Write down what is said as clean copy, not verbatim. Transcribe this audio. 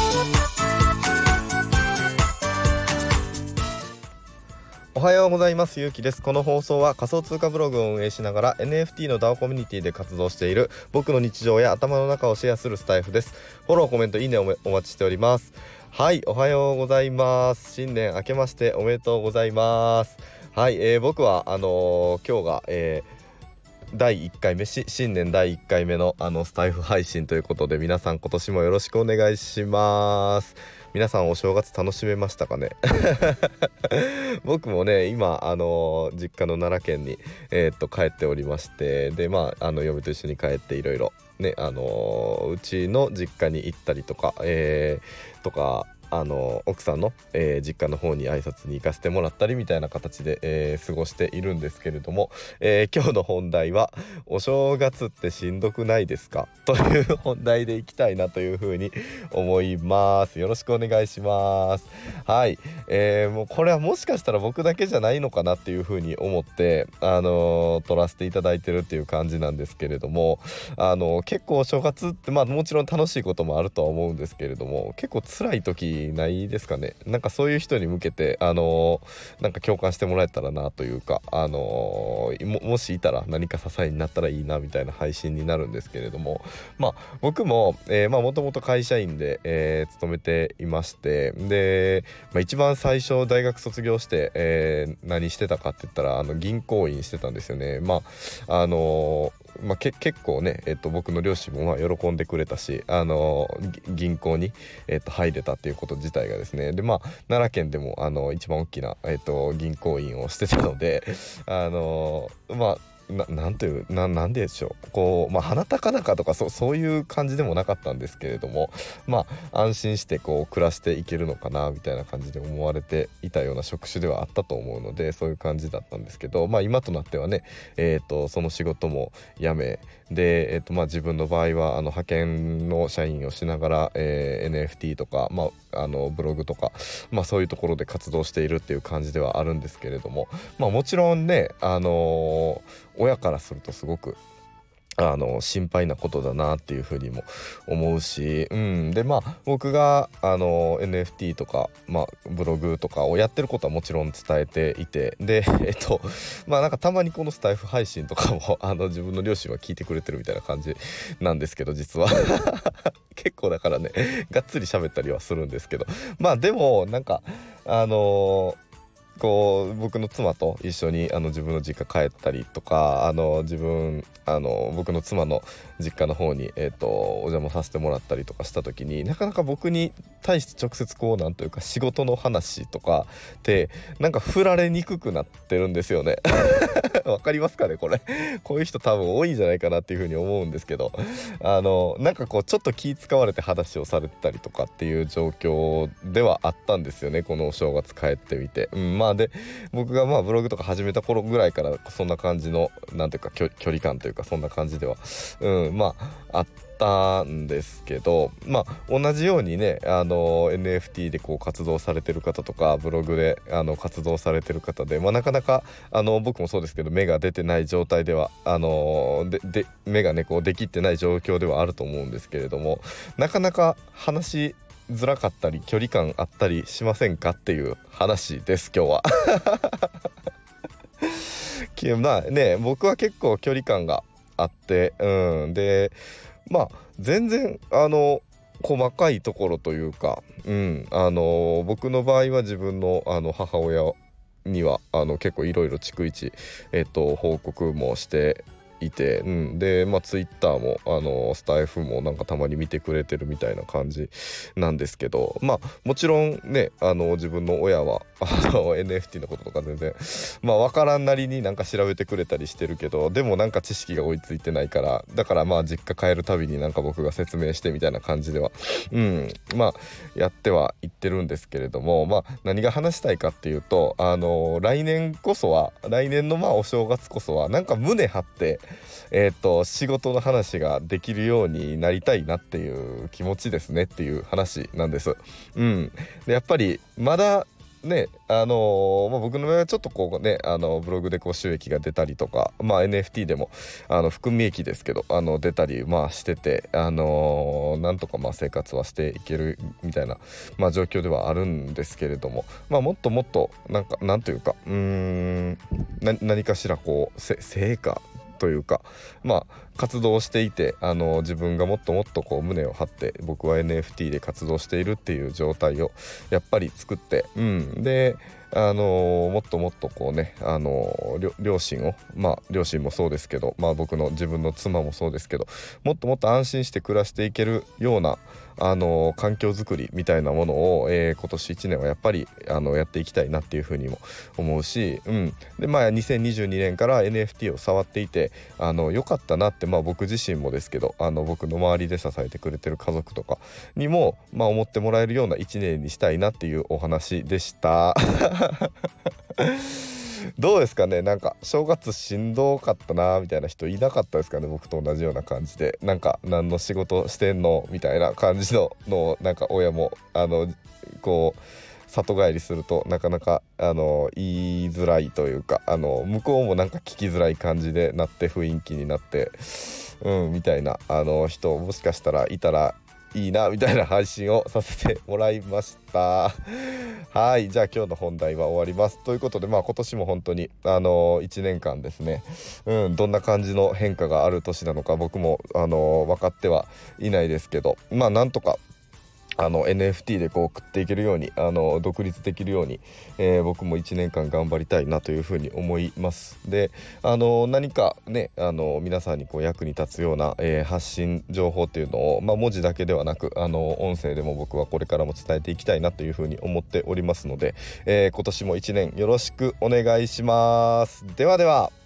おはようございます。ゆうきです。この放送は仮想通貨ブログを運営しながら NFT の DAO コミュニティで活動している僕の日常や頭の中をシェアするスタイフです。フォロー、コメント、いいねをお待ちしております。はい、おはようございます。新年明けましておめでとうございます。はい、僕は今日が、第1回目新年第1回目のスタイフ配信ということで、皆さん今年もよろしくお願いします。皆さんお正月楽しめましたかね僕もね今実家の奈良県に帰っておりまして、で嫁と一緒に帰っていろいろねうちの実家に行ったりとかとか奥さんの、実家の方に挨拶に行かせてもらったりみたいな形で、過ごしているんですけれども、今日の本題はお正月ってしんどくないですかという本題でいきたいなというふうに思います。よろしくお願いします。はい、もうこれはもしかしたら僕だけじゃないのかなっていうふうに思って撮らせていただいてるっていう感じなんですけれども、結構お正月ってもちろん楽しいこともあるとは思うんですけれども、結構辛い時ないですかね。なんかそういう人に向けてなんか共感してもらえたらなというか、もしいたら何か支えになったらいいなみたいな配信になるんですけれども、僕ももともと会社員で、勤めていまして、で、一番最初大学卒業して、何してたかって言ったら銀行員してたんですよね。結構ね、僕の両親も喜んでくれたし、銀行に、入れたっていうこと自体がですね、で奈良県でも一番大きな、銀行員をしてたのでなんでしょう、こう鼻高々とかそういう感じでもなかったんですけれども、安心してこう暮らしていけるのかなみたいな感じで思われていたような職種ではあったと思うので、そういう感じだったんですけど、今となってはね、その仕事も辞めで、自分の場合は派遣の社員をしながら、NFT とか、ブログとか、そういうところで活動しているっていう感じではあるんですけれども、もちろんね親からするとすごく心配なことだなっていうふうにも思うし、で僕がNFT とか、ブログとかをやってることはもちろん伝えていて、でなんかたまにこのスタイフ配信とかも自分の両親は聞いてくれてるみたいな感じなんですけど、実は結構だからねがっつり喋ったりはするんですけど、でもなんかこう僕の妻と一緒に自分の実家帰ったりとか、僕の妻の実家の方に、お邪魔させてもらったりとかした時に、なかなか僕に対して直接こうなんというか仕事の話とかってなんか振られにくくなってるんですよねわかりますかね、これこういう人多分多いんじゃないかなっていうふうに思うんですけど、なんかこうちょっと気使われて話をされてたりとかっていう状況ではあったんですよね、このお正月帰ってみて。で僕がブログとか始めた頃ぐらいからそんな感じのなんていうか距離感というか、そんな感じではあったんですけど、同じようにねNFT でこう活動されてる方とかブログで活動されてる方で、なかなか僕もそうですけど芽が出てない状態では芽がねこうできってない状況ではあると思うんですけれども、なかなか話づらかったり距離感あったりしませんかっていう話です今日は僕は結構距離感があって、で全然細かいところというか、僕の場合は自分の母親には結構いろいろ逐一報告もしていて、でツイッターもスタイフもなんかたまに見てくれてるみたいな感じなんですけど、もちろんね自分の親はNFT のこととか全然分からんなりになんか調べてくれたりしてるけど、でもなんか知識が追いついてないから、だから実家帰るたびになんか僕が説明してみたいな感じではやってはいってるんですけれども、何が話したいかっていうと来年のお正月こそはなんか胸張って仕事の話ができるようになりたいなっていう気持ちですねっていう話なんです。でやっぱりまだね僕の場合はちょっとこうねブログでこう収益が出たりとか、NFT でも含み益ですけど出たりしててなんとか生活はしていけるみたいな状況ではあるんですけれども、もっともっとなんというか何かしらこう成果というか活動していて自分がもっともっとこう胸を張って僕は NFT で活動しているっていう状態をやっぱり作って、でもっともっとこうね両親を両親もそうですけど僕の自分の妻もそうですけどもっともっと安心して暮らしていけるような環境づくりみたいなものを、今年1年はやっぱりやっていきたいなっていうふうにも思うし、で2022年から NFT を触っていて良かったなって僕自身もですけど僕の周りで支えてくれてる家族とかにも思ってもらえるような1年にしたいなっていうお話でしたどうですかね、正月しんどかったなみたいな人いなかったですかね。僕と同じような感じで何の仕事してんのみたいな感じの親もこう里帰りするとなかなか言いづらいというか向こうも聞きづらい感じでなって雰囲気になってみたいな人もしかしたらいたらいいなみたいな配信をさせてもらいましたはい、じゃあ今日の本題は終わりますということで今年も本当に1年間ですねどんな感じの変化がある年なのか僕も分かってはいないですけどなんとかNFT でこう食っていけるように独立できるように、僕も1年間頑張りたいなというふうに思います。で何かね皆さんにこう役に立つような、発信情報っていうのを、文字だけではなく音声でも僕はこれからも伝えていきたいなというふうに思っておりますので、今年も1年よろしくお願いします。ではでは。